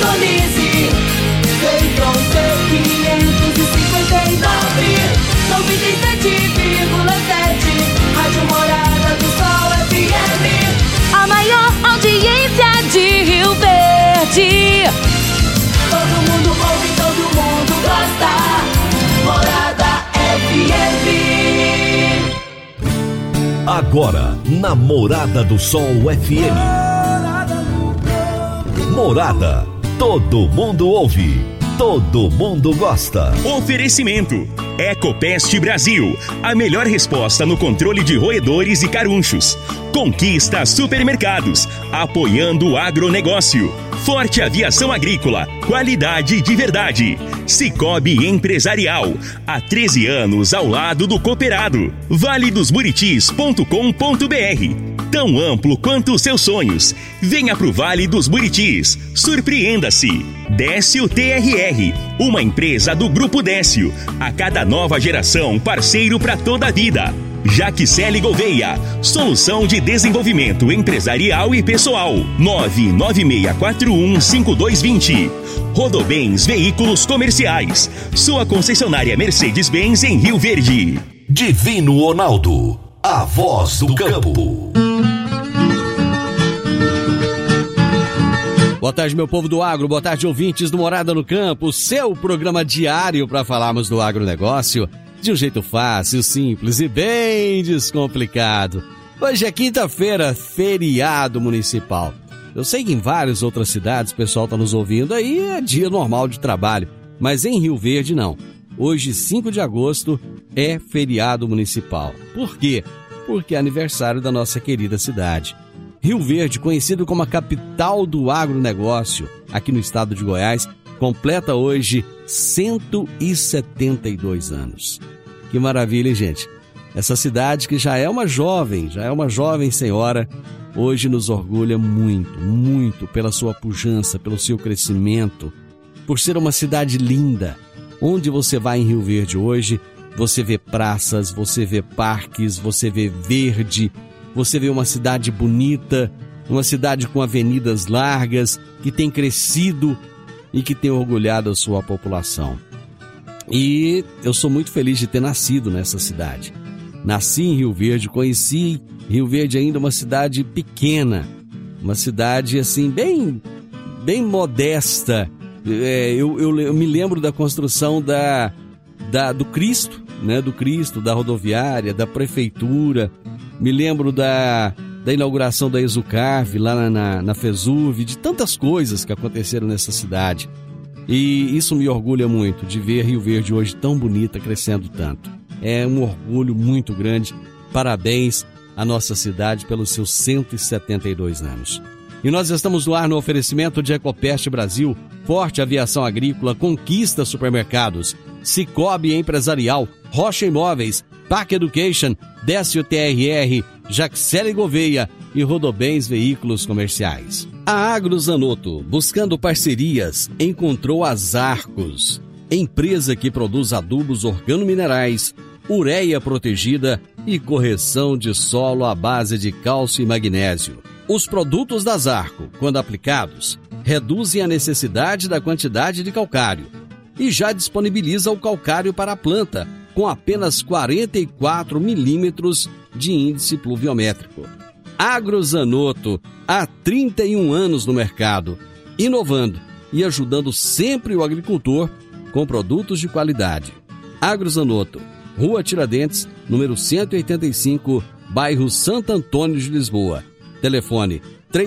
sintonize. Central C 559, 97,7, Rádio Morada do Sol FM. A maior audiência de Rio Verde. Todo mundo ouve, todo mundo gosta. Morada FM. Agora, na Morada do Sol FM. Morada. Todo mundo ouve. Todo mundo gosta. Oferecimento. Ecopest Brasil. A melhor resposta no controle de roedores e carunchos. Conquista Supermercados. Apoiando o agronegócio. Forte Aviação Agrícola. Qualidade de verdade. Cicobi Empresarial. Há 13 anos ao lado do cooperado. valedosburitis.com.br. Tão amplo quanto os seus sonhos. Venha pro Vale dos Buritis. Surpreenda-se. Décio TRR, uma empresa do Grupo Décio. A cada nova geração, parceiro para toda a vida. Jaxele Gouveia, solução de desenvolvimento empresarial e pessoal. 996415220. Rodobens Veículos Comerciais. Sua concessionária Mercedes-Benz em Rio Verde. Divino Ronaldo, a voz do campo. Boa tarde, meu povo do agro, boa tarde, ouvintes do Morada no Campo, seu programa diário para falarmos do agronegócio de um jeito fácil, simples e bem descomplicado. Hoje é quinta-feira, feriado municipal. Eu sei que em várias outras cidades o pessoal está nos ouvindo aí, é dia normal de trabalho, mas em Rio Verde não. Hoje, 5 de agosto, é feriado municipal. Por quê? Porque é aniversário da nossa querida cidade. Rio Verde, conhecido como a capital do agronegócio aqui no estado de Goiás, completa hoje 172 anos. Que maravilha, hein, gente? Essa cidade que já é uma jovem senhora, hoje nos orgulha muito, muito pela sua pujança, pelo seu crescimento, por ser uma cidade linda. Onde você vai em Rio Verde hoje, você vê praças, você vê parques, você vê verde, você vê uma cidade bonita, uma cidade com avenidas largas, que tem crescido e que tem orgulhado a sua população. E eu sou muito feliz de ter nascido nessa cidade. Nasci em Rio Verde, conheci Rio Verde ainda uma cidade pequena, uma cidade assim bem modesta. Eu me lembro da construção do Cristo, né? Do Cristo, da rodoviária, da prefeitura. Me lembro da inauguração da Exucarve lá na FESUV, de tantas coisas que aconteceram nessa cidade. E isso me orgulha muito, de ver Rio Verde hoje tão bonita, crescendo tanto. É um orgulho muito grande. Parabéns à nossa cidade pelos seus 172 anos. E nós estamos no ar no oferecimento de Ecopest Brasil, Forte Aviação Agrícola, Conquista Supermercados, Cicobi Empresarial, Rocha Imóveis, Park Education, Décio TRR, Jaxele Gouveia e Rodobens Veículos Comerciais. A AgroZanoto, buscando parcerias, encontrou as Arcos, empresa que produz adubos organominerais, ureia protegida e correção de solo à base de cálcio e magnésio. Os produtos das Arco, quando aplicados, reduzem a necessidade da quantidade de calcário e já disponibiliza o calcário para a planta, com apenas 44 milímetros de índice pluviométrico. AgroZanoto, há 31 anos no mercado, inovando e ajudando sempre o agricultor com produtos de qualidade. AgroZanoto, Rua Tiradentes, número 185, bairro Santo Antônio de Lisboa. Telefone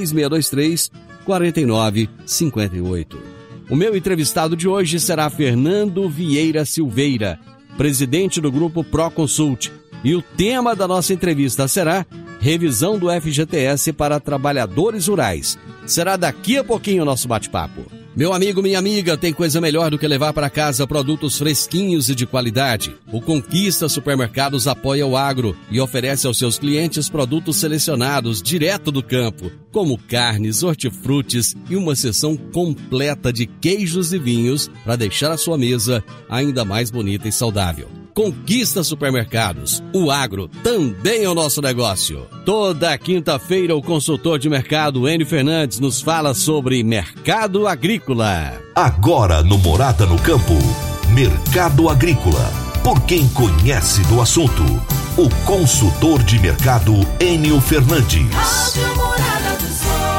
3623-4958. O meu entrevistado de hoje será Fernando Vieira Silveira, presidente do grupo ProConsult. E o tema da nossa entrevista será revisão do FGTS para trabalhadores rurais. Será daqui a pouquinho o nosso bate-papo. Meu amigo, minha amiga, tem coisa melhor do que levar para casa produtos fresquinhos e de qualidade. O Conquista Supermercados apoia o agro e oferece aos seus clientes produtos selecionados direto do campo, como carnes, hortifrutis e uma seção completa de queijos e vinhos para deixar a sua mesa ainda mais bonita e saudável. Conquista Supermercados. O agro também é o nosso negócio. Toda quinta-feira, o consultor de mercado Enio Fernandes nos fala sobre mercado agrícola. Agora no Morada no Campo, Mercado Agrícola. Por quem conhece do assunto, o consultor de mercado Enio Fernandes. Rádio Morada do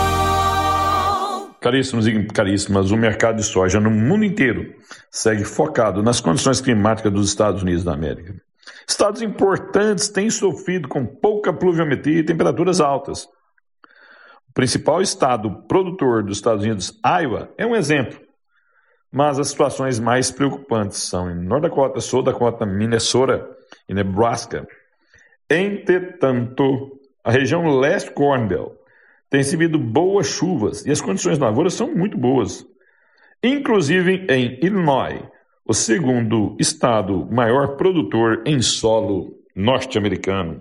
Sol. Caríssimos e caríssimas, o mercado de soja no mundo inteiro segue focado nas condições climáticas dos Estados Unidos da América. Estados importantes têm sofrido com pouca pluviometria e temperaturas altas. O principal estado produtor dos Estados Unidos, Iowa, é um exemplo. Mas as situações mais preocupantes são em North Dakota, South Dakota, Minnesota e Nebraska. Entretanto, a região leste Corn Belt tem recebido boas chuvas e as condições de lavoura são muito boas. Inclusive em Illinois, o segundo estado maior produtor em solo norte-americano.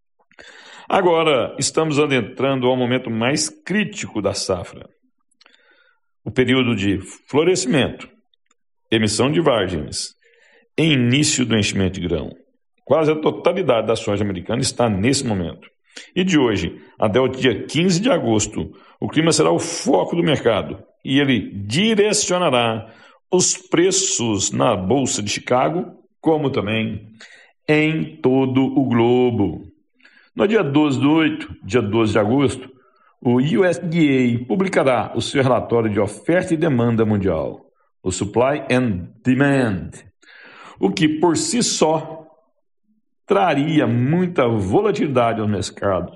Agora, estamos adentrando ao momento mais crítico da safra. O período de florescimento, emissão de vagens e início do enchimento de grão. Quase a totalidade da soja americana está nesse momento. E de hoje até o dia 15 de agosto, o clima será o foco do mercado e ele direcionará os preços na Bolsa de Chicago, como também em todo o globo. No dia 12/8, dia 12 de agosto, o USDA publicará o seu relatório de oferta e demanda mundial, o Supply and Demand, o que por si só traria muita volatilidade aos mercados.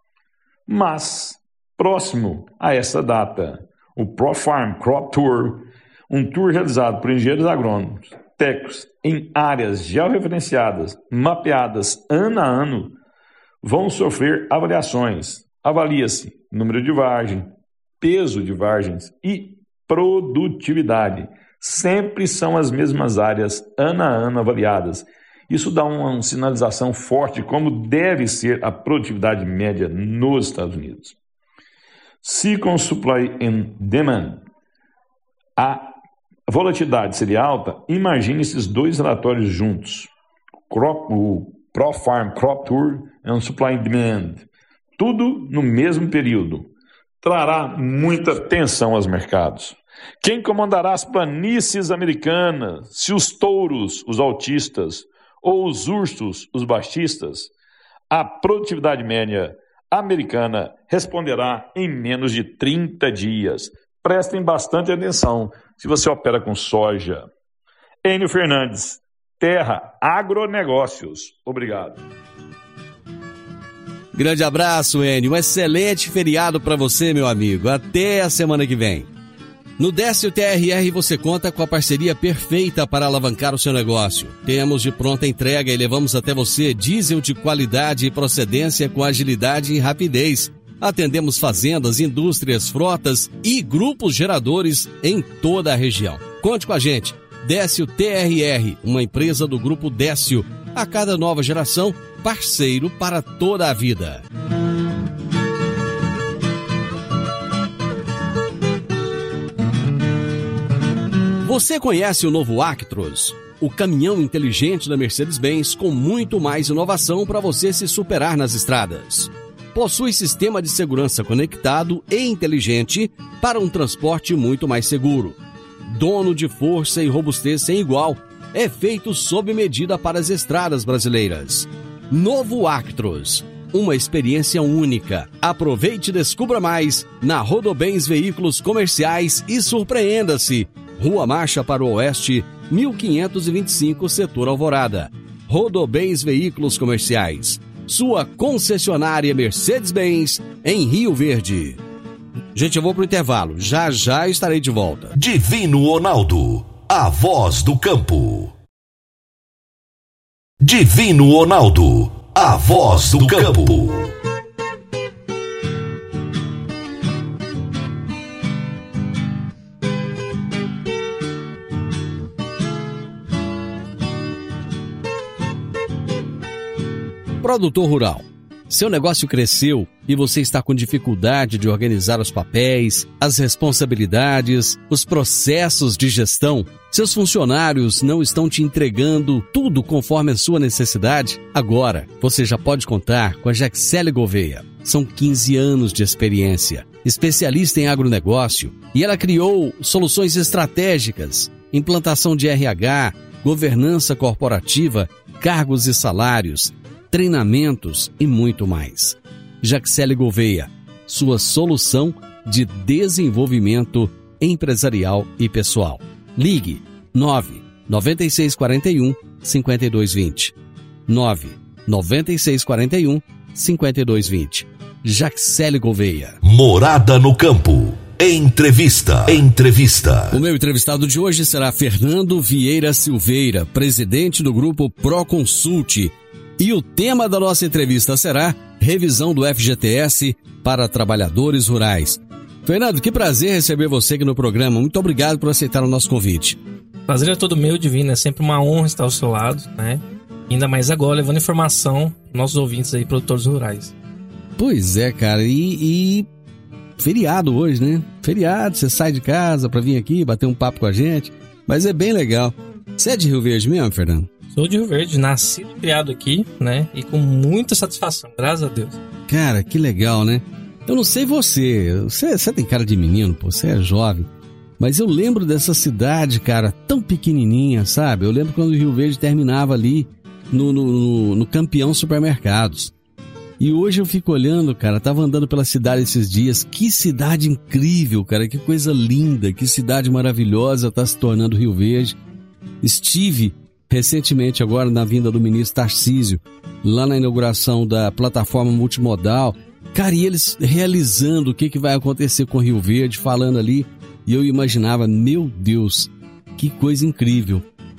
Mas, próximo a essa data, o ProFarm Crop Tour, um tour realizado por engenheiros agrônomos, técnicos em áreas georreferenciadas, mapeadas ano a ano, vão sofrer avaliações. Avalia-se número de vargem, peso de vargens e produtividade. Sempre são as mesmas áreas ano a ano avaliadas. Isso dá uma sinalização forte de como deve ser a produtividade média nos Estados Unidos. Se com supply and demand a volatilidade seria alta, imagine esses dois relatórios juntos. O ProFarm Crop Tour e o Supply and Demand. Tudo no mesmo período. Trará muita tensão aos mercados. Quem comandará as planícies americanas? Se os touros, os altistas, ou os ursos, os baixistas? A produtividade média americana responderá em menos de 30 dias. Prestem bastante atenção se você opera com soja. Enio Fernandes, Terra Agronegócios. Obrigado. Grande abraço, Enio. Um excelente feriado para você, meu amigo. Até a semana que vem. No Décio TRR você conta com a parceria perfeita para alavancar o seu negócio. Temos de pronta entrega e levamos até você diesel de qualidade e procedência com agilidade e rapidez. Atendemos fazendas, indústrias, frotas e grupos geradores em toda a região. Conte com a gente. Décio TRR, uma empresa do Grupo Décio. A cada nova geração, parceiro para toda a vida. Você conhece o novo Actros? O caminhão inteligente da Mercedes-Benz com muito mais inovação para você se superar nas estradas. Possui sistema de segurança conectado e inteligente para um transporte muito mais seguro. Dono de força e robustez sem igual, é feito sob medida para as estradas brasileiras. Novo Actros, uma experiência única. Aproveite e descubra mais na Rodobens Veículos Comerciais e surpreenda-se. Rua Marcha para o Oeste, 1525, Setor Alvorada. Rodobens Veículos Comerciais. Sua concessionária Mercedes-Benz em Rio Verde. Gente, eu vou pro intervalo. Já já estarei de volta. Divino Ronaldo, a voz do campo. Divino Ronaldo, a voz do campo. Produtor rural, Seu negócio cresceu e você está com dificuldade de organizar os papéis, as responsabilidades, os processos de gestão? Seus funcionários não estão te entregando tudo conforme a sua necessidade? Agora, você já pode contar com a Jaxele Gouveia. São 15 anos de experiência, especialista em agronegócio, e ela criou soluções estratégicas, implantação de RH, governança corporativa, cargos e salários, treinamentos e muito mais. Jaxele Gouveia, sua solução de desenvolvimento empresarial e pessoal. Ligue 99641-5220. 99641-5220. Jaxele Gouveia. Morada no Campo. Entrevista. O meu entrevistado de hoje será Fernando Vieira Silveira, presidente do grupo Proconsult. E o tema da nossa entrevista será revisão do FGTS para trabalhadores rurais. Fernando, que prazer receber você aqui no programa. Muito obrigado por aceitar o nosso convite. Prazer é todo meu, Divino. É sempre uma honra estar ao seu lado, né? Ainda mais agora, levando informação aos nossos ouvintes aí, produtores rurais. Pois é, cara. E feriado hoje, né? Feriado, você sai de casa pra vir aqui, bater um papo com a gente. Mas é bem legal. Você é de Rio Verde mesmo, Fernando? Sou de Rio Verde, nascido e criado aqui, né? E com muita satisfação, graças a Deus. Cara, que legal, né? Eu não sei você tem cara de menino, pô, você é jovem. Mas eu lembro dessa cidade, cara, tão pequenininha, sabe? Eu lembro quando o Rio Verde terminava ali no Campeão Supermercados. E hoje eu fico olhando, cara, tava andando pela cidade esses dias. Que cidade incrível, cara, que coisa linda, que cidade maravilhosa tá se tornando Rio Verde. Estive recentemente agora na vinda do ministro Tarcísio, lá na inauguração da plataforma multimodal. Cara, e eles realizando o que vai acontecer com Rio Verde, falando ali, e eu imaginava, meu Deus, que coisa incrível.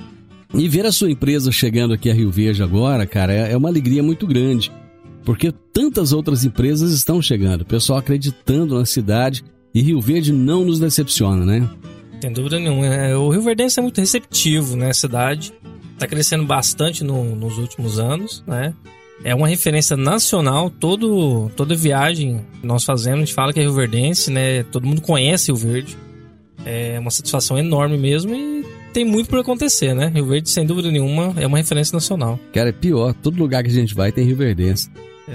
E ver a sua empresa chegando aqui a Rio Verde agora, cara, é uma alegria muito grande, porque tantas outras empresas estão chegando, o pessoal acreditando na cidade, e Rio Verde não nos decepciona, né? Sem dúvida nenhuma. O Rio Verdense é muito receptivo, né? A cidade está crescendo bastante nos últimos anos, né? É uma referência nacional. Toda viagem que nós fazemos, a gente fala que é Rio Verdense, né? Todo mundo conhece Rio Verde. É uma satisfação enorme mesmo e tem muito por acontecer, né? Rio Verde, sem dúvida nenhuma, é uma referência nacional. Cara, é pior. Todo lugar que a gente vai tem Rio Verdense.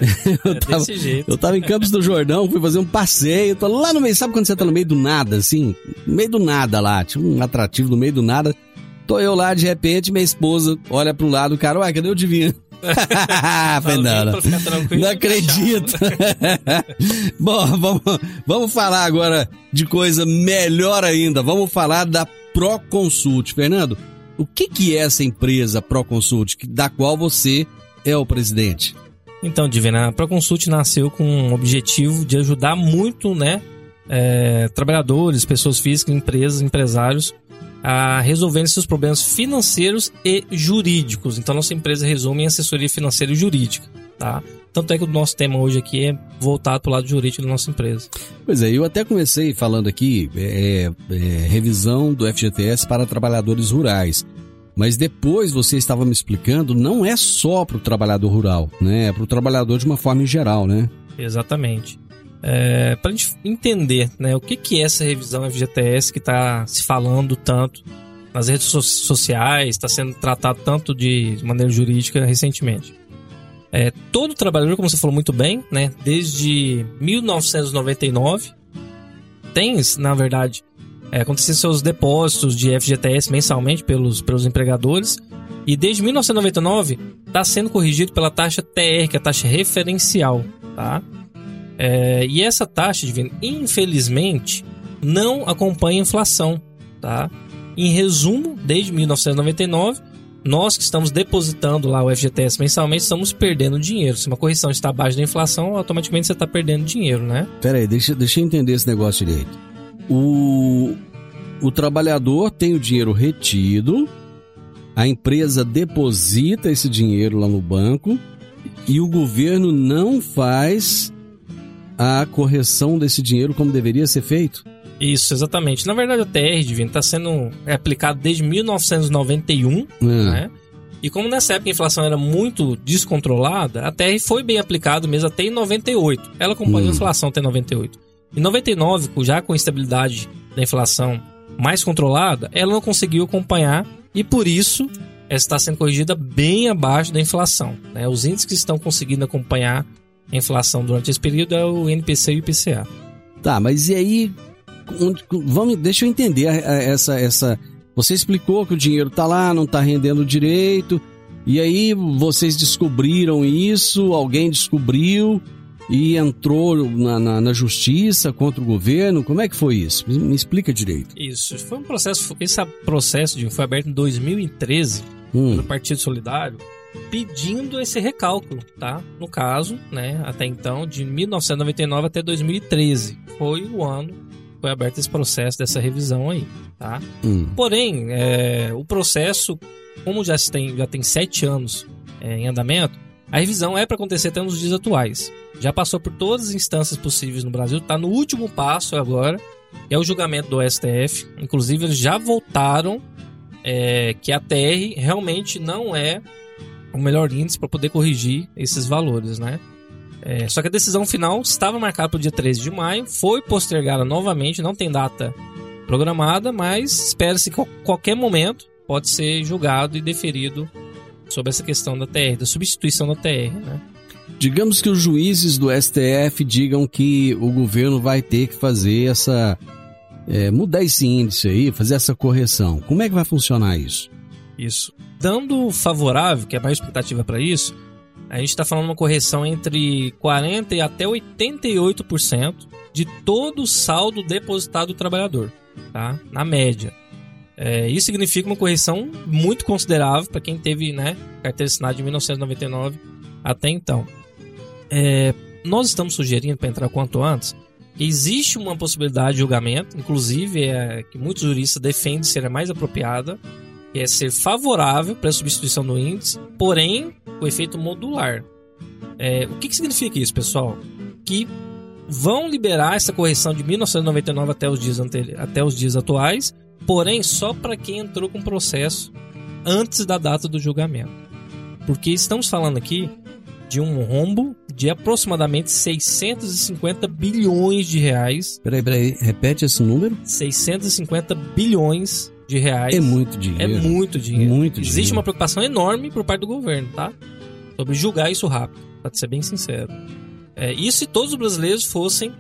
Desse jeito. Eu tava em Campos do Jordão, fui fazer um passeio, tô lá no meio, sabe quando você tá no meio do nada, assim? No meio do nada lá, tinha um atrativo no meio do nada. Tô eu lá, de repente, minha esposa olha pro lado, cara, uai, cadê o Divino? Fernanda, não acredito. Bom, vamos falar agora de coisa melhor ainda. Vamos falar da Proconsult. Fernando, o que é essa empresa Proconsult, da qual você é o presidente? Então, Divina, a Proconsult nasceu com o objetivo de ajudar muito, né, trabalhadores, pessoas físicas, empresas, empresários a resolverem seus problemas financeiros e jurídicos. Então, nossa empresa resume em assessoria financeira e jurídica, tá? Tanto é que o nosso tema hoje aqui é voltado para o lado jurídico da nossa empresa. Pois é, eu até comecei falando aqui, revisão do FGTS para trabalhadores rurais. Mas depois você estava me explicando, não é só para o trabalhador rural, né? É para o trabalhador de uma forma em geral, né? Exatamente. Para a gente entender, né, o que é essa revisão FGTS que está se falando tanto nas redes sociais, está sendo tratado tanto de maneira jurídica recentemente. Todo trabalhador, como você falou muito bem, né, desde 1999, tem, na verdade, acontecem seus depósitos de FGTS mensalmente pelos empregadores, e desde 1999 está sendo corrigido pela taxa TR, que é a taxa referencial, tá? E essa taxa, infelizmente, não acompanha a inflação, tá? Em resumo, desde 1999, nós que estamos depositando lá o FGTS mensalmente, estamos perdendo dinheiro. Se uma correção está abaixo da inflação, automaticamente você está perdendo dinheiro, né? Peraí, deixa eu entender esse negócio direito. O trabalhador tem o dinheiro retido, a empresa deposita esse dinheiro lá no banco e o governo não faz a correção desse dinheiro como deveria ser feito? Isso, exatamente. Na verdade, a TR, Divino, está sendo aplicado desde 1991, né? E como nessa época a inflação era muito descontrolada, a TR foi bem aplicada mesmo até em 98. Ela acompanhou a inflação até 98. Em 99, já com a estabilidade da inflação mais controlada, ela não conseguiu acompanhar e por isso ela está sendo corrigida bem abaixo da inflação, né? Os índices que estão conseguindo acompanhar a inflação durante esse período é o NPC e o IPCA. Tá, mas e aí, deixa eu entender essa... Você explicou que o dinheiro está lá, não está rendendo direito, e aí vocês descobriram isso, alguém descobriu e entrou na justiça contra o governo. Como é que foi isso? Me explica direito. Isso, foi um processo, esse processo foi aberto em 2013 pelo Partido Solidário, pedindo esse recálculo, tá? No caso, né, até então, de 1999 até 2013, foi o ano foi aberto esse processo dessa revisão aí, tá? Porém, o processo, como já tem 7 anos em andamento, a revisão é para acontecer até nos dias atuais. Já passou por todas as instâncias possíveis no Brasil, está no último passo agora, que é o julgamento do STF. Inclusive, eles já voltaram que a TR realmente não é o melhor índice para poder corrigir esses valores, né? Só que a decisão final estava marcada para o dia 13 de maio, foi postergada novamente, não tem data programada, mas espera-se que a qualquer momento pode ser julgado e deferido sobre essa questão da TR, da substituição da TR, né? Digamos que os juízes do STF digam que o governo vai ter que fazer mudar esse índice aí, fazer essa correção. Como é que vai funcionar isso? Isso. Dando favorável, que é a maior expectativa para isso, a gente está falando uma correção entre 40% e até 88% de todo o saldo depositado do trabalhador, tá? Na média. Isso significa uma correção muito considerável para quem teve, né, carteira assinada de 1999 até então. Nós estamos sugerindo, para entrar quanto antes, que existe uma possibilidade de julgamento, inclusive que muitos juristas defendem ser a mais apropriada, que é ser favorável para a substituição do índice, porém, o efeito modular. O que significa isso, pessoal? Que vão liberar essa correção de 1999 até os dias atuais, porém, só para quem entrou com processo antes da data do julgamento. Porque estamos falando aqui de um rombo de aproximadamente 650 bilhões de reais. Peraí, repete esse número? 650 bilhões de reais. É muito dinheiro. É muito dinheiro. Muito Existe dinheiro. uma preocupação enorme por parte do governo, tá? Sobre julgar isso rápido, para ser bem sincero. Isso se todos os brasileiros fossem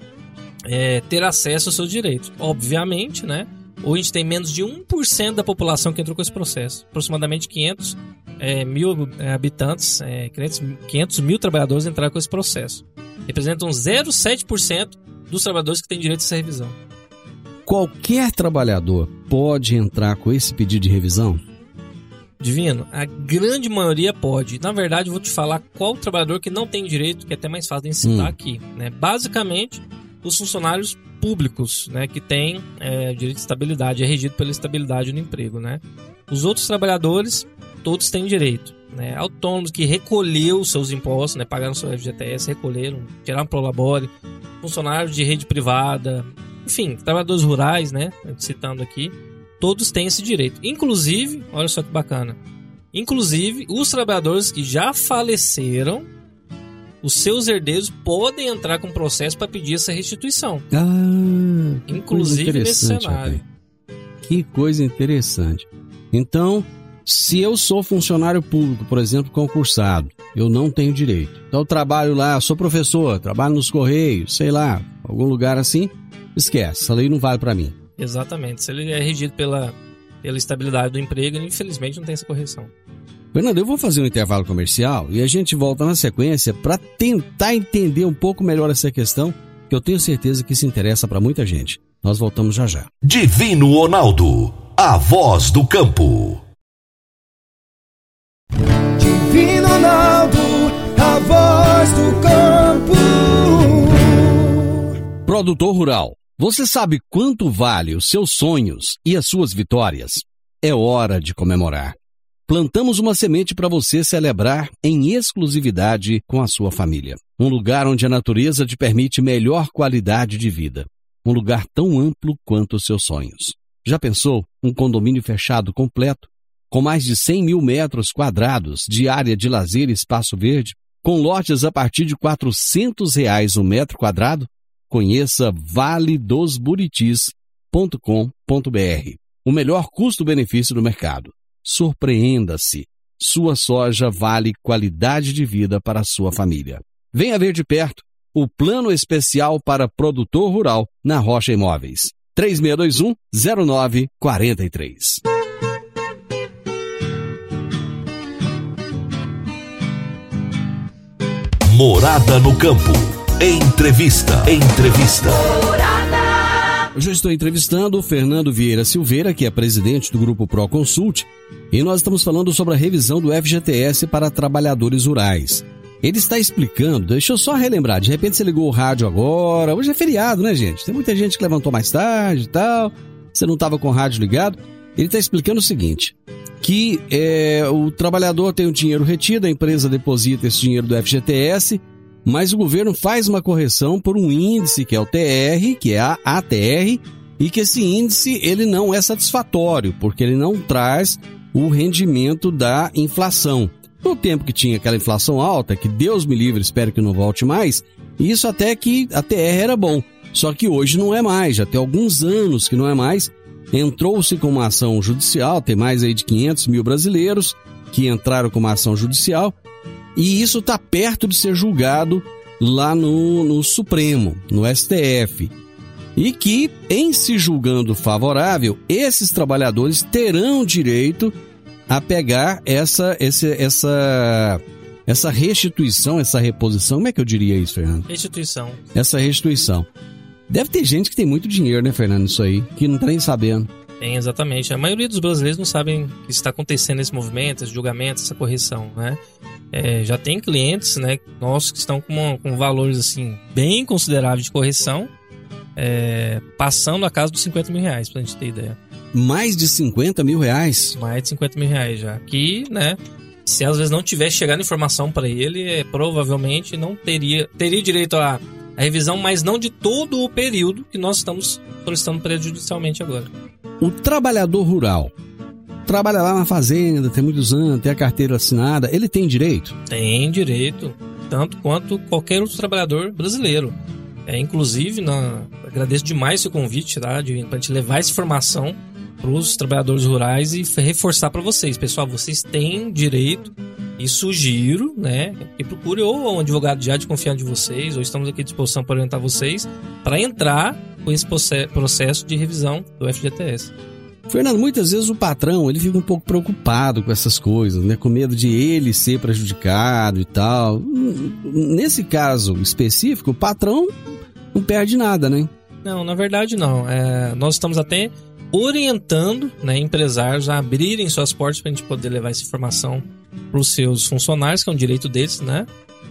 ter acesso aos seus direitos. Obviamente, né? Hoje a gente tem menos de 1% da população que entrou com esse processo. Aproximadamente 500 mil habitantes, 500 mil trabalhadores entraram com esse processo. Representam 0,7% dos trabalhadores que têm direito a essa revisão. Qualquer trabalhador pode entrar com esse pedido de revisão? Divino, a grande maioria pode. Na verdade, eu vou te falar qual trabalhador que não tem direito, que é até mais fácil de citar aqui, né? Basicamente, os funcionários públicos, né, que têm direito de estabilidade, é regido pela estabilidade no emprego, né? Os outros trabalhadores, todos têm direito, né? Autônomos que recolheu os seus impostos, né, pagaram seu FGTS, recolheram, tiraram pro labore, funcionários de rede privada, enfim, trabalhadores rurais, né, citando aqui, todos têm esse direito. Inclusive, olha só que bacana, inclusive os trabalhadores que já faleceram, os seus herdeiros podem entrar com processo para pedir essa restituição. Inclusive nesse cenário. Que coisa interessante. Então, se eu sou funcionário público, por exemplo, concursado, eu não tenho direito. Então eu trabalho lá, sou professor, trabalho nos Correios, sei lá, algum lugar assim, esquece, essa lei não vale para mim. Exatamente. Se ele é regido pela estabilidade do emprego, ele, infelizmente não tem essa correção. Fernando, eu vou fazer um intervalo comercial e a gente volta na sequência para tentar entender um pouco melhor essa questão, que eu tenho certeza que isso interessa para muita gente. Nós voltamos já já. Divino Ronaldo, a voz do campo. Divino Ronaldo, a voz do campo. Produtor rural, você sabe quanto vale os seus sonhos e as suas vitórias? É hora de comemorar. Plantamos uma semente para você celebrar em exclusividade com a sua família. Um lugar onde a natureza te permite melhor qualidade de vida. Um lugar tão amplo quanto os seus sonhos. Já pensou um condomínio fechado completo? com mais de 100 mil metros quadrados de área de lazer e espaço verde, com lotes a partir de R$ 400 o metro quadrado, conheça valedosburitis.com.br. O melhor custo-benefício do mercado. Surpreenda-se. Sua soja vale qualidade de vida para a sua família. Venha ver de perto o Plano Especial para Produtor Rural na Rocha Imóveis. 3621-0943. Morada no Campo. Entrevista. Hoje eu estou entrevistando o Fernando Vieira Silveira, que é presidente do Grupo Proconsult, e nós estamos falando sobre a revisão do FGTS para trabalhadores rurais. Ele está explicando, deixa eu só relembrar, de repente você ligou o rádio agora, hoje é feriado, né, gente? Tem muita gente que levantou mais tarde e tal, você não estava com o rádio ligado. Ele está explicando o seguinte, que o trabalhador tem o dinheiro retido, a empresa deposita esse dinheiro do FGTS, mas o governo faz uma correção por um índice que é o TR, que é a ATR, e que esse índice ele não é satisfatório, porque ele não traz o rendimento da inflação. No tempo que tinha aquela inflação alta, que Deus me livre, espero que não volte mais, isso até que a TR era bom. Só que hoje não é mais, já tem alguns anos que não é mais. Entrou-se com uma ação judicial, tem mais aí de 500 mil brasileiros que entraram com uma ação judicial, e isso está perto de ser julgado lá no Supremo, no STF. E que, em se julgando favorável, esses trabalhadores terão direito a pegar essa restituição, essa reposição. Como é que eu diria isso, Fernando? Restituição. Essa restituição. Deve ter gente que tem muito dinheiro, né, Fernando, isso aí, que não está nem sabendo. Tem, exatamente. A maioria dos brasileiros não sabem que está acontecendo esse movimento, esse julgamento, essa correção, né? Já tem clientes, né, nossos que estão com valores assim, bem consideráveis de correção, passando a casa dos R$50 mil, pra gente ter ideia. Mais de R$50 mil? Mais de R$50 mil já. Que, né, se às vezes não tivesse chegado informação para ele, provavelmente não teria direito a revisão, mas não de todo o período que nós estamos solicitando prejudicialmente agora. O trabalhador rural trabalha lá na fazenda, tem muitos anos, tem a carteira assinada, ele tem direito? Tem direito, tanto quanto qualquer outro trabalhador brasileiro. Inclusive, agradeço demais o seu convite, tá, para a gente levar essa informação para os trabalhadores rurais e reforçar para vocês. Pessoal, vocês têm direito e sugiro, né, que procure ou um advogado já de confiança de vocês, ou estamos aqui à disposição para orientar vocês, para entrar com esse processo de revisão do FGTS. Fernando, muitas vezes o patrão ele fica um pouco preocupado com essas coisas, né? Com medo de ele ser prejudicado e tal. Nesse caso específico, o patrão não perde nada, né? Não, na verdade não. Nós estamos até orientando, né, empresários a abrirem suas portas para a gente poder levar essa informação para os seus funcionários, que é um direito deles, né?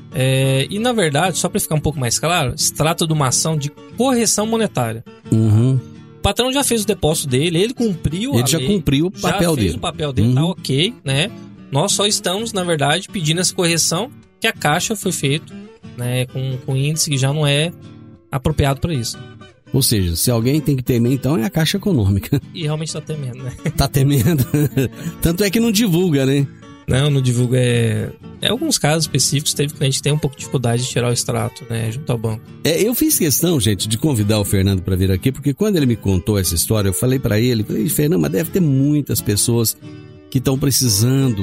E na verdade, só para ficar um pouco mais claro, se trata de uma ação de correção monetária. Uhum. O patrão já fez o depósito dele, ele cumpriu a lei. Ele já cumpriu o papel dele. Já fez o papel dele, tá ok, né? Nós só estamos, na verdade, pedindo essa correção que a Caixa foi feito, né, com índice que já não é apropriado para isso. Ou seja, se alguém tem que temer, então é a Caixa Econômica. E realmente está temendo, né? Tá temendo. Tanto é que não divulga, né? Não divulga. Alguns casos específicos teve cliente que tem um pouco de dificuldade de tirar o extrato, né, junto ao banco. Eu fiz questão, gente, de convidar o Fernando para vir aqui, porque quando ele me contou essa história, eu falei para ele, Fernando, mas deve ter muitas pessoas que estão precisando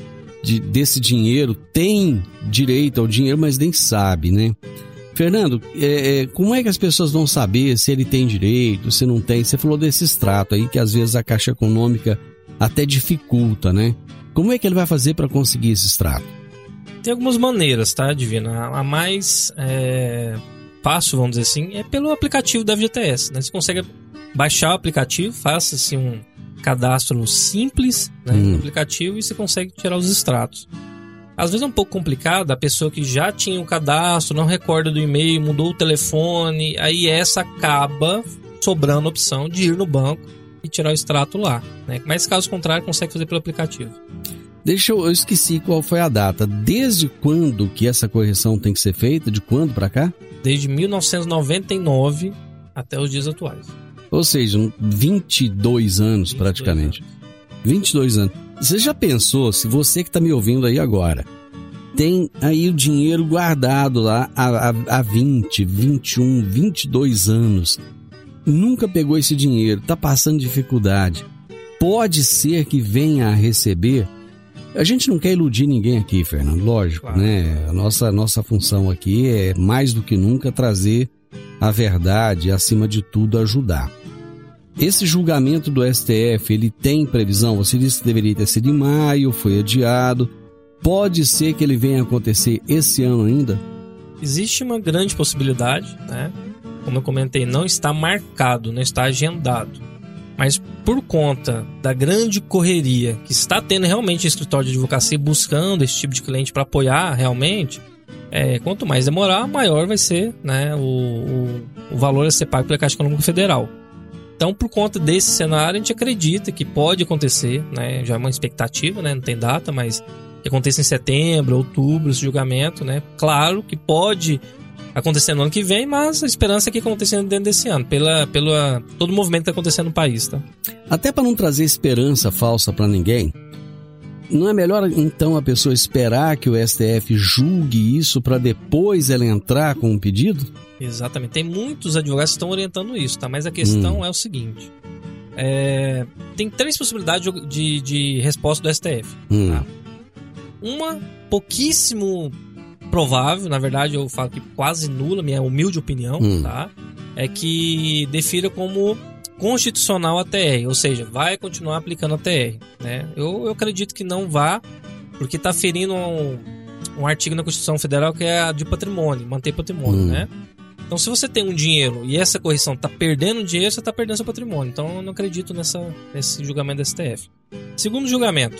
desse dinheiro, tem direito ao dinheiro, mas nem sabe, né? Fernando, como é que as pessoas vão saber se ele tem direito, se não tem? Você falou desse extrato aí, que às vezes a Caixa Econômica até dificulta, né? Como é que ele vai fazer para conseguir esse extrato? Tem algumas maneiras, tá, Divino? A mais fácil, vamos dizer assim, é pelo aplicativo da FGTS, né? Você consegue baixar o aplicativo, faça assim, um cadastro simples, né, no aplicativo, e você consegue tirar os extratos. Às vezes é um pouco complicado, a pessoa que já tinha o cadastro, não recorda do e-mail, mudou o telefone, aí essa acaba sobrando a opção de ir no banco e tirar o extrato lá, né? Mas caso contrário, consegue fazer pelo aplicativo. Eu esqueci qual foi a data. Desde quando que essa correção tem que ser feita? De quando para cá? Desde 1999 até os dias atuais. Ou seja, 22 anos praticamente. 22 anos. Você já pensou, se você que está me ouvindo aí agora, tem aí o dinheiro guardado lá há 20, 21, 22 anos, nunca pegou esse dinheiro, está passando dificuldade, pode ser que venha a receber. A gente não quer iludir ninguém aqui, Fernando, lógico, claro, né? A nossa função aqui é mais do que nunca trazer a verdade, acima de tudo ajudar. Esse julgamento do STF, ele tem previsão? Você disse que deveria ter sido em maio, foi adiado. Pode ser que ele venha a acontecer esse ano ainda? Existe uma grande possibilidade, né? Como eu comentei, não está marcado, não está agendado. Mas por conta da grande correria que está tendo realmente o escritório de advocacia buscando esse tipo de cliente para apoiar realmente, quanto mais demorar, maior vai ser, né, o valor a ser pago pela Caixa Econômica Federal. Então, por conta desse cenário, a gente acredita que pode acontecer, né, já é uma expectativa, né, não tem data, mas que aconteça em setembro, outubro, esse julgamento, né? Claro que pode acontecer no ano que vem, mas a esperança é que aconteça dentro desse ano, pela todo o movimento que está acontecendo no país, tá? Até para não trazer esperança falsa para ninguém, não é melhor então a pessoa esperar que o STF julgue isso para depois ela entrar com um pedido? Exatamente. Tem muitos advogados que estão orientando isso, tá? Mas a questão é o seguinte: tem 3 possibilidades de resposta do STF. Tá? Uma, pouquíssimo provável, na verdade eu falo que quase nula, minha humilde opinião, tá? É que defira como constitucional a TR, ou seja, vai continuar aplicando a TR, né? Eu acredito que não vá, porque está ferindo um artigo na Constituição Federal que é a de patrimônio, manter patrimônio, né? Então, se você tem um dinheiro e essa correção está perdendo dinheiro, você está perdendo seu patrimônio. Então, eu não acredito nesse julgamento da STF. Segundo julgamento,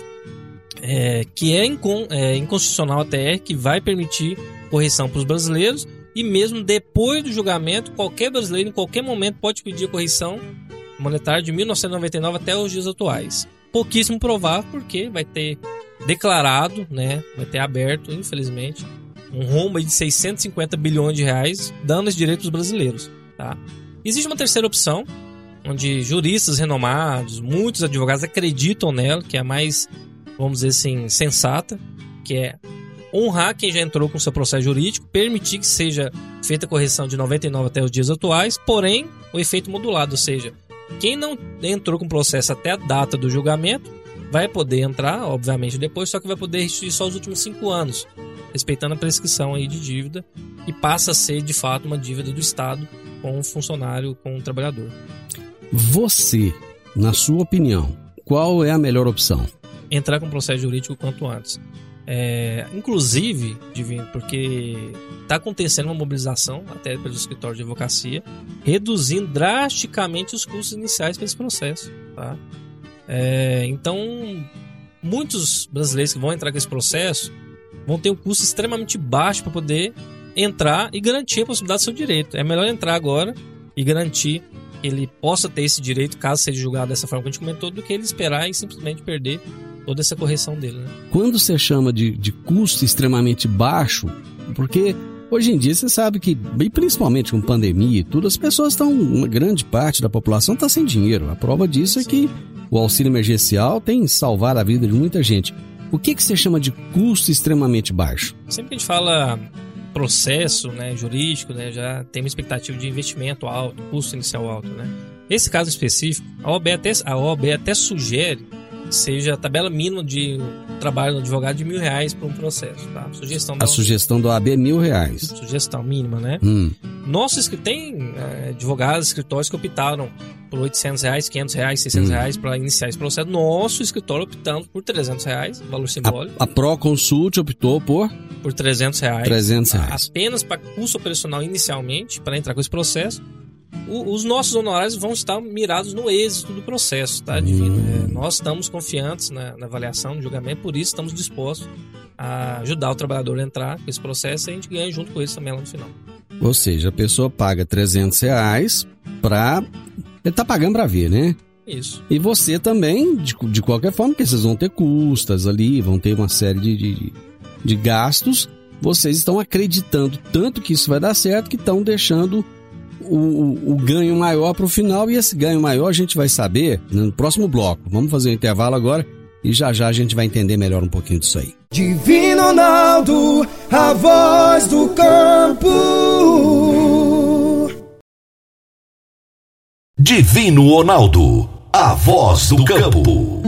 que é inconstitucional a TR, que vai permitir correção para os brasileiros, e mesmo depois do julgamento, qualquer brasileiro, em qualquer momento, pode pedir a correção monetária de 1999 até os dias atuais. Pouquíssimo provável, porque vai ter declarado, né, vai ter aberto, infelizmente, um rombo de 650 bilhões de reais, dando esse direito aos brasileiros. Tá? Existe uma terceira opção, onde juristas renomados, muitos advogados acreditam nela, que é a mais, vamos dizer assim, sensata, que é honrar quem já entrou com seu processo jurídico, permitir que seja feita a correção de 99 até os dias atuais, porém, o efeito modulado, ou seja, quem não entrou com o processo até a data do julgamento, vai poder entrar, obviamente, depois, só que vai poder restituir só os últimos 5 anos, respeitando a prescrição aí de dívida, e passa a ser, de fato, uma dívida do Estado com o funcionário, com o trabalhador. Você, na sua opinião, qual é a melhor opção? Entrar com o processo jurídico quanto antes. Inclusive, Divino, porque está acontecendo uma mobilização até pelos escritórios de advocacia, reduzindo drasticamente os custos iniciais para esse processo. Tá? Então, muitos brasileiros que vão entrar com esse processo vão ter um custo extremamente baixo para poder entrar e garantir a possibilidade do seu direito. É melhor entrar agora e garantir que ele possa ter esse direito, caso seja julgado dessa forma que a gente comentou, do que ele esperar e simplesmente perder toda essa correção dele, né? Quando você chama de custo extremamente baixo, porque hoje em dia você sabe que, bem, principalmente com pandemia e tudo, as pessoas estão, uma grande parte da população está sem dinheiro. A prova disso é que o auxílio emergencial tem salvado a vida de muita gente. O que você chama de custo extremamente baixo? Sempre que a gente fala processo, né, jurídico, né, já tem uma expectativa de investimento alto, custo inicial alto, né? Esse caso específico, a OAB até sugere que seja a tabela mínima de trabalho do advogado de R$1.000 para um processo, tá? Sugestão da OAB é R$1.000. Sugestão mínima, né? Tem advogados, escritórios que optaram por R$800, R$500, R$600 para iniciar esse processo. Nosso escritório optando por R$300, valor simbólico. A Proconsult optou por R$300. R$300. Apenas para custo operacional inicialmente, para entrar com esse processo. Os nossos honorários vão estar mirados no êxito do processo, tá, Divino? Nós estamos confiantes na avaliação, no julgamento, por isso estamos dispostos a ajudar o trabalhador a entrar com esse processo e a gente ganha junto com eles também lá no final. Ou seja, a pessoa paga R$300 para... Ele tá pagando para ver, né? Isso. E você também, de qualquer forma, porque vocês vão ter custas ali, vão ter uma série de gastos, vocês estão acreditando tanto que isso vai dar certo que estão deixando o ganho maior para o final, e esse ganho maior a gente vai saber no próximo bloco. Vamos fazer um intervalo agora e já a gente vai entender melhor um pouquinho disso aí. Divino Ronaldo, a voz do campo. Divino Ronaldo, a voz do campo.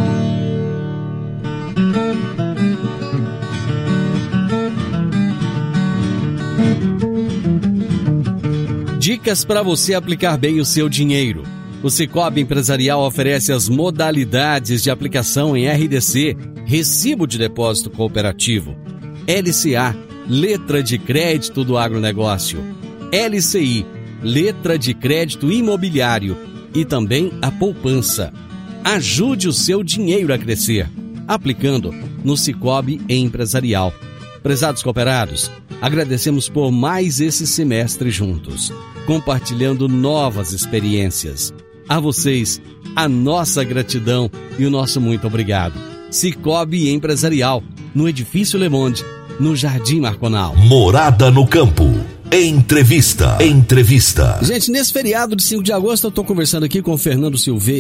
Dicas para você aplicar bem o seu dinheiro. O Cicobi Empresarial oferece as modalidades de aplicação em RDC, Recibo de Depósito Cooperativo, LCA, Letra de Crédito do Agronegócio, LCI, Letra de Crédito Imobiliário e também a poupança. Ajude o seu dinheiro a crescer, aplicando no Cicobi Empresarial. Prezados cooperados, agradecemos por mais esse semestre juntos, compartilhando novas experiências. A vocês, a nossa gratidão e o nosso muito obrigado. Cicobi Empresarial, no Edifício Le Monde, no Jardim Marconal. Morada no Campo. Entrevista. Gente, nesse feriado de 5 de agosto eu estou conversando aqui com o Fernando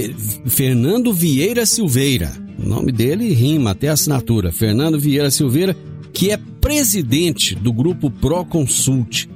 Vieira Silveira. O nome dele rima até a assinatura. Fernando Vieira Silveira, que é presidente do grupo Proconsult.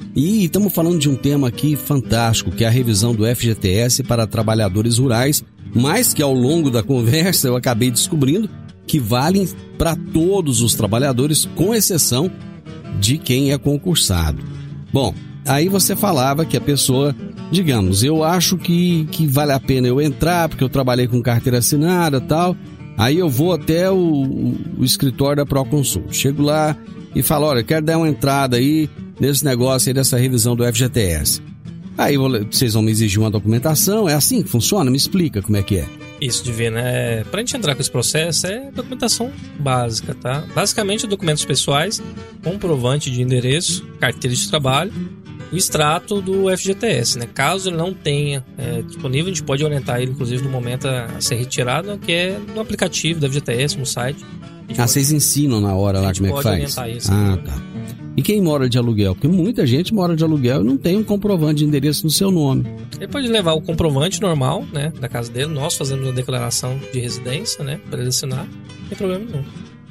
E estamos falando de um tema aqui fantástico, que é a revisão do FGTS para trabalhadores rurais, mas que ao longo da conversa eu acabei descobrindo que valem para todos os trabalhadores, com exceção de quem é concursado. Bom, aí você falava que a pessoa, digamos, eu acho que vale a pena eu entrar, porque eu trabalhei com carteira assinada e tal, aí eu vou até o escritório da Proconsult, chego lá e falo, olha, eu quero dar uma entrada aí nesse negócio aí dessa revisão do FGTS. Aí vocês vão me exigir uma documentação, é assim que funciona? Me explica como é que é. Isso, Divino, pra gente entrar com esse processo é documentação básica, tá? Basicamente documentos pessoais, comprovante de endereço, carteira de trabalho, o extrato do FGTS, né? Caso ele não tenha disponível, a gente pode orientar ele, inclusive, no momento a ser retirado, que é no aplicativo do FGTS, no site. Vocês ensinam na hora lá como é que faz? Orientar isso. Tá. E quem mora de aluguel? Porque muita gente mora de aluguel e não tem um comprovante de endereço no seu nome. Ele pode levar o comprovante normal, né, da casa dele. Nós fazemos uma declaração de residência, né, para ele assinar. Não tem problema nenhum.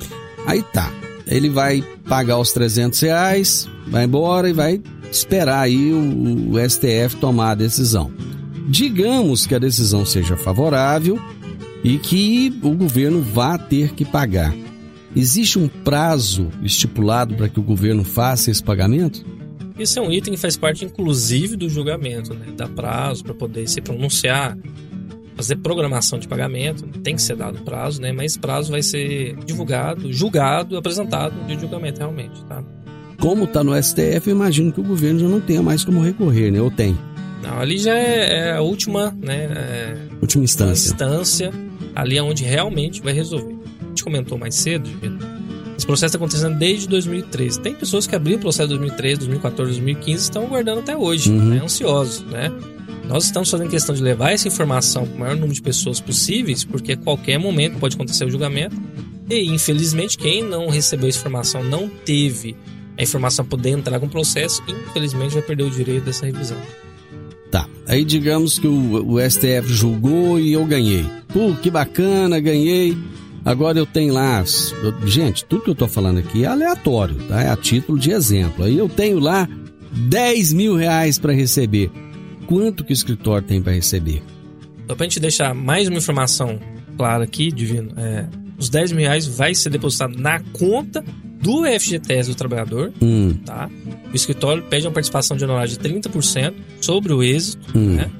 Aí tá. Ele vai pagar os R$300, vai embora e vai esperar aí o STF tomar a decisão. Digamos que a decisão seja favorável e que o governo vá ter que pagar. Existe um prazo estipulado para que o governo faça esse pagamento? Isso é um item que faz parte, inclusive, do julgamento, né? Dá prazo para poder se pronunciar, fazer programação de pagamento, tem que ser dado prazo, né? Mas esse prazo vai ser divulgado, julgado, apresentado de julgamento realmente, tá? Como está no STF, eu imagino que o governo já não tenha mais como recorrer, né? Ou tem? Não, ali já é a última, né? Última instância. Ali é onde realmente vai resolver. A gente comentou mais cedo, esse processo está acontecendo desde 2013. Tem pessoas que abriram o processo em 2013, 2014, 2015 e estão aguardando até hoje, né, ansiosos, né? Nós estamos fazendo questão de levar essa informação para o maior número de pessoas possíveis, porque a qualquer momento pode acontecer o julgamento e, infelizmente, quem não recebeu essa informação, não teve a informação para poder entrar com o processo, infelizmente vai perder o direito dessa revisão. Tá, aí digamos que o STF julgou e eu ganhei. Que bacana, ganhei. Agora eu tenho lá, gente, tudo que eu tô falando aqui é aleatório, tá? É a título de exemplo. Aí eu tenho lá R$10 mil para receber. Quanto que o escritório tem para receber? Só pra gente deixar mais uma informação clara aqui, Divino, os R$10 mil vai ser depositado na conta do FGTS do trabalhador, tá? O escritório pede uma participação de honorário de 30% sobre o êxito, né?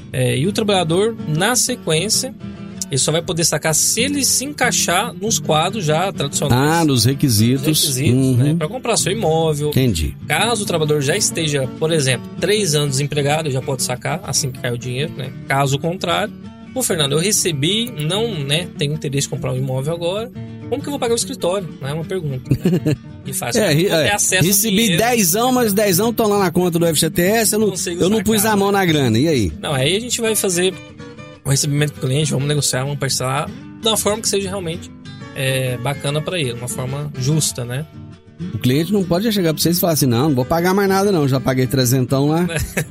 E o trabalhador, na sequência, ele só vai poder sacar se ele se encaixar nos quadros já tradicionais. Nos requisitos. Né? Para comprar seu imóvel. Entendi. Caso o trabalhador já esteja, por exemplo, 3 anos desempregado, ele já pode sacar assim que cai o dinheiro, né? Caso contrário, Fernando, eu recebi, não, né, tenho interesse em comprar um imóvel agora, como que eu vou pagar o escritório? Não é uma pergunta, né? E faz recebi 10ão, mas 10ão estão lá na conta do FGTS, eu não pus a mão na grana, e aí? Não, aí a gente vai fazer o recebimento do cliente, vamos negociar, vamos parcelar de uma forma que seja realmente bacana para ele, uma forma justa, né? O cliente não pode chegar para vocês e falar assim, não vou pagar mais nada não, já paguei 300 lá.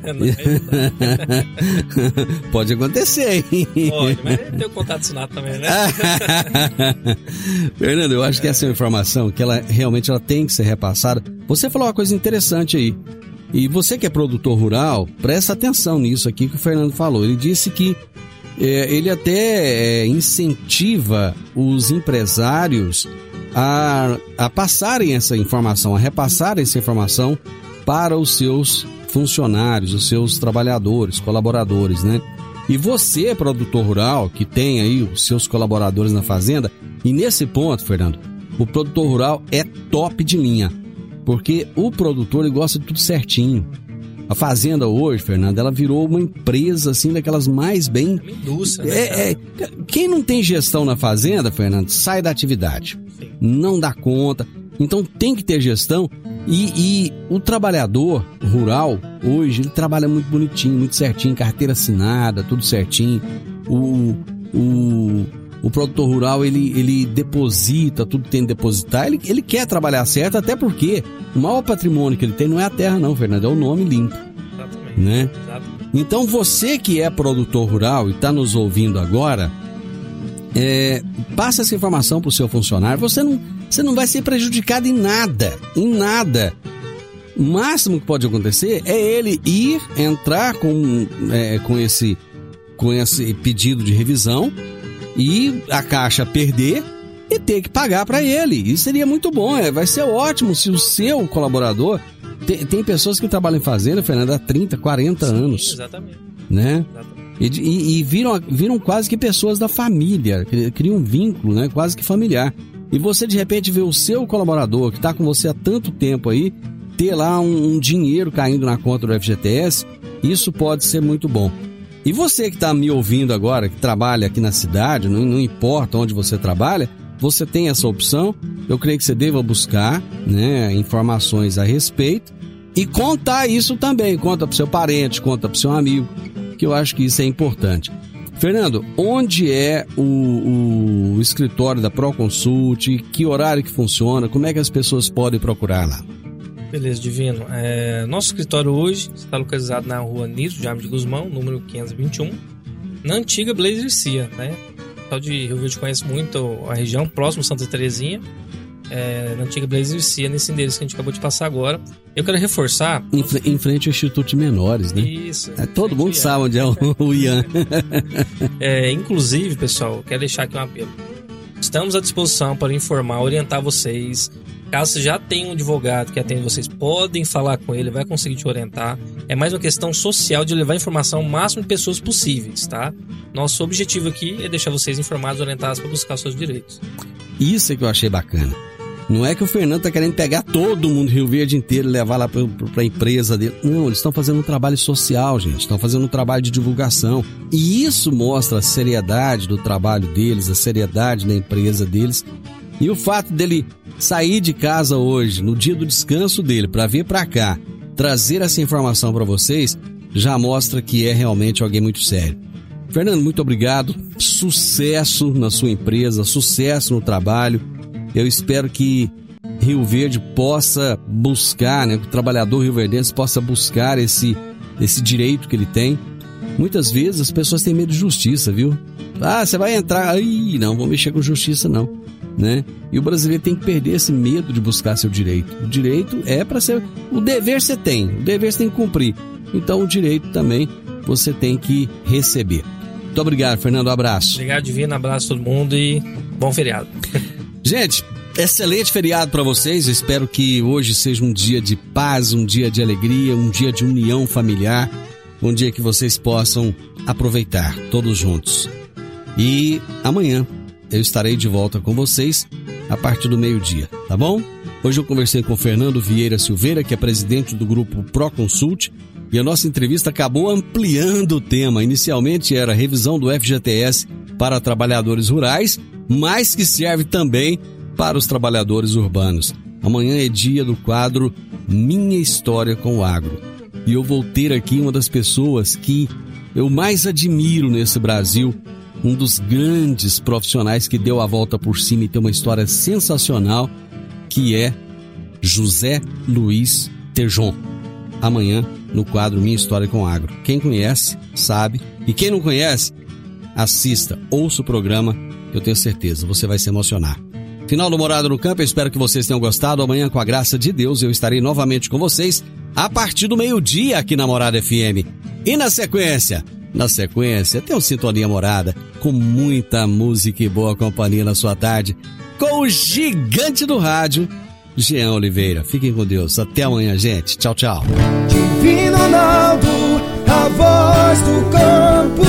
Pode acontecer, hein? Pode, mas tem o contato assinado também, né? Fernando, eu acho que essa é uma informação que ela realmente tem que ser repassada. Você falou uma coisa interessante aí. E você que é produtor rural, presta atenção nisso aqui que o Fernando falou. Ele disse que ele até incentiva os empresários a passarem essa informação, a repassarem essa informação para os seus funcionários, os seus trabalhadores, colaboradores, né? E você, produtor rural, que tem aí os seus colaboradores na fazenda, e nesse ponto, Fernando, o produtor rural é top de linha, porque o produtor ele gosta de tudo certinho. A fazenda hoje, Fernando, ela virou uma empresa assim daquelas mais bem... Indústria, né? Quem não tem gestão na fazenda, Fernando, sai da atividade. Sim. Não dá conta. Então tem que ter gestão e o trabalhador rural hoje, ele trabalha muito bonitinho, muito certinho, carteira assinada, tudo certinho. O produtor rural, ele deposita, tudo tem que depositar, ele quer trabalhar certo, até porque o maior patrimônio que ele tem não é a terra não, Fernando, é o nome limpo. Exatamente. Né? Exatamente. Então você que é produtor rural e está nos ouvindo agora, passa essa informação para o seu funcionário, você não vai ser prejudicado em nada. O máximo que pode acontecer é ele entrar com esse pedido de revisão e a Caixa perder e ter que pagar para ele. Isso seria muito bom, vai ser ótimo se o seu colaborador... Tem pessoas que trabalham em fazenda, Fernando, há 30, 40 anos. Exatamente. Né? Exatamente. E viram quase que pessoas da família, criam um vínculo, né? Quase que familiar. E você, de repente, vê o seu colaborador, que está com você há tanto tempo aí, ter lá um dinheiro caindo na conta do FGTS, isso pode ser muito bom. E você que está me ouvindo agora, que trabalha aqui na cidade, não importa onde você trabalha, você tem essa opção. Eu creio que você deva buscar, né, informações a respeito e contar isso também. Conta para o seu parente, conta para o seu amigo, que eu acho que isso é importante. Fernando, onde é o escritório da Proconsult? Que horário que funciona? Como é que as pessoas podem procurar lá? Beleza, Divino. Nosso escritório hoje está localizado na rua Niso Jaime de Guzmão, número 521, na antiga Blazer Cia, né? O pessoal de Rio Verde conhece muito a região, próximo Santa Terezinha, na antiga Blazer Cia, nesse endereço que a gente acabou de passar agora. Eu quero reforçar... Em frente ao Instituto de Menores, né? Isso. Todo mundo sabe onde é o Ian. Inclusive, pessoal, quero deixar aqui um apelo. Estamos à disposição para informar, orientar vocês. Caso você já tenha um advogado que atende vocês, podem falar com ele, vai conseguir te orientar. É mais uma questão social de levar informação ao máximo de pessoas possíveis, tá? Nosso objetivo aqui é deixar vocês informados, orientados para buscar os seus direitos. Isso é que eu achei bacana. Não é que o Fernando tá querendo pegar todo mundo do Rio Verde inteiro e levar lá para a empresa dele. Não, eles estão fazendo um trabalho social, gente. Estão fazendo um trabalho de divulgação. E isso mostra a seriedade do trabalho deles, a seriedade da empresa deles. E o fato dele sair de casa hoje, no dia do descanso dele, para vir para cá, trazer essa informação para vocês, já mostra que é realmente alguém muito sério. Fernando, muito obrigado. Sucesso na sua empresa, sucesso no trabalho. Eu espero que Rio Verde possa buscar, né, que o trabalhador rioverdense possa buscar esse direito que ele tem. Muitas vezes as pessoas têm medo de justiça, viu? Ah, você vai entrar... Ai, não, vou mexer com justiça, não. Né? E o brasileiro tem que perder esse medo de buscar seu direito. O direito é para ser... O dever você tem, o dever você tem que cumprir. Então o direito também você tem que receber. Muito obrigado, Fernando, um abraço. Obrigado, Divino, abraço a todo mundo e bom feriado. Gente, excelente feriado para vocês. Eu espero que hoje seja um dia de paz, um dia de alegria, um dia de união familiar, um dia que vocês possam aproveitar todos juntos. E amanhã eu estarei de volta com vocês a partir do meio-dia, tá bom? Hoje eu conversei com o Fernando Vieira Silveira, que é presidente do grupo Proconsult, e a nossa entrevista acabou ampliando o tema. Inicialmente era a revisão do FGTS para trabalhadores rurais, mas que serve também para os trabalhadores urbanos. Amanhã é dia do quadro Minha História com o Agro. E eu vou ter aqui uma das pessoas que eu mais admiro nesse Brasil, um dos grandes profissionais que deu a volta por cima e tem uma história sensacional, que é José Luiz Tejon. Amanhã, no quadro Minha História com Agro. Quem conhece, sabe. E quem não conhece, assista, ouça o programa, que eu tenho certeza, você vai se emocionar. Final do Morada no Campo, eu espero que vocês tenham gostado. Amanhã, com a graça de Deus, eu estarei novamente com vocês a partir do meio-dia aqui na Morada FM. E na sequência, tem um Sintonia Morada, com muita música e boa companhia na sua tarde, com o gigante do rádio, Jean Oliveira. Fiquem com Deus. Até amanhã, gente. Tchau, tchau. Divino Ronaldo, a voz do campo.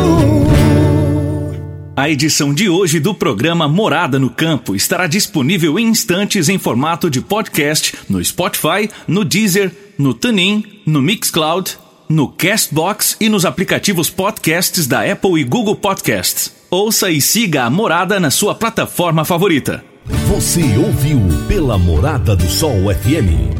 A edição de hoje do programa Morada no Campo estará disponível em instantes em formato de podcast no Spotify, no Deezer, no TuneIn, no Mixcloud, no Castbox e nos aplicativos podcasts da Apple e Google Podcasts. Ouça e siga a Morada na sua plataforma favorita. Você ouviu pela Morada do Sol FM.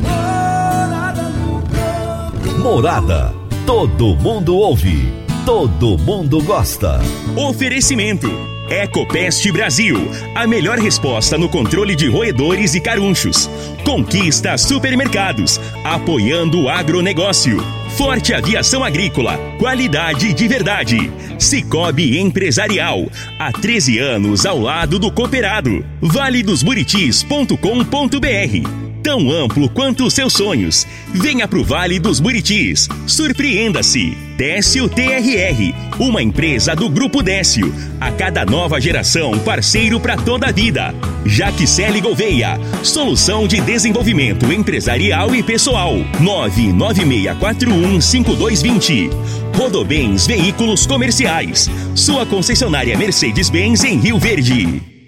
Morada. Todo mundo ouve. Todo mundo gosta. Oferecimento. Ecopest Brasil. A melhor resposta no controle de roedores e carunchos. Conquista Supermercados. Apoiando o agronegócio. Forte Aviação Agrícola, qualidade de verdade. Cicobi Empresarial, há 13 anos ao lado do cooperado. valedosburitis.com.br. Tão amplo quanto os seus sonhos. Venha pro Vale dos Buritis. Surpreenda-se. Décio TRR, uma empresa do Grupo Décio. A cada nova geração, parceiro para toda a vida. Jaquicele Gouveia, solução de desenvolvimento empresarial e pessoal. 996415220. Rodobens Veículos Comerciais, sua concessionária Mercedes-Benz em Rio Verde.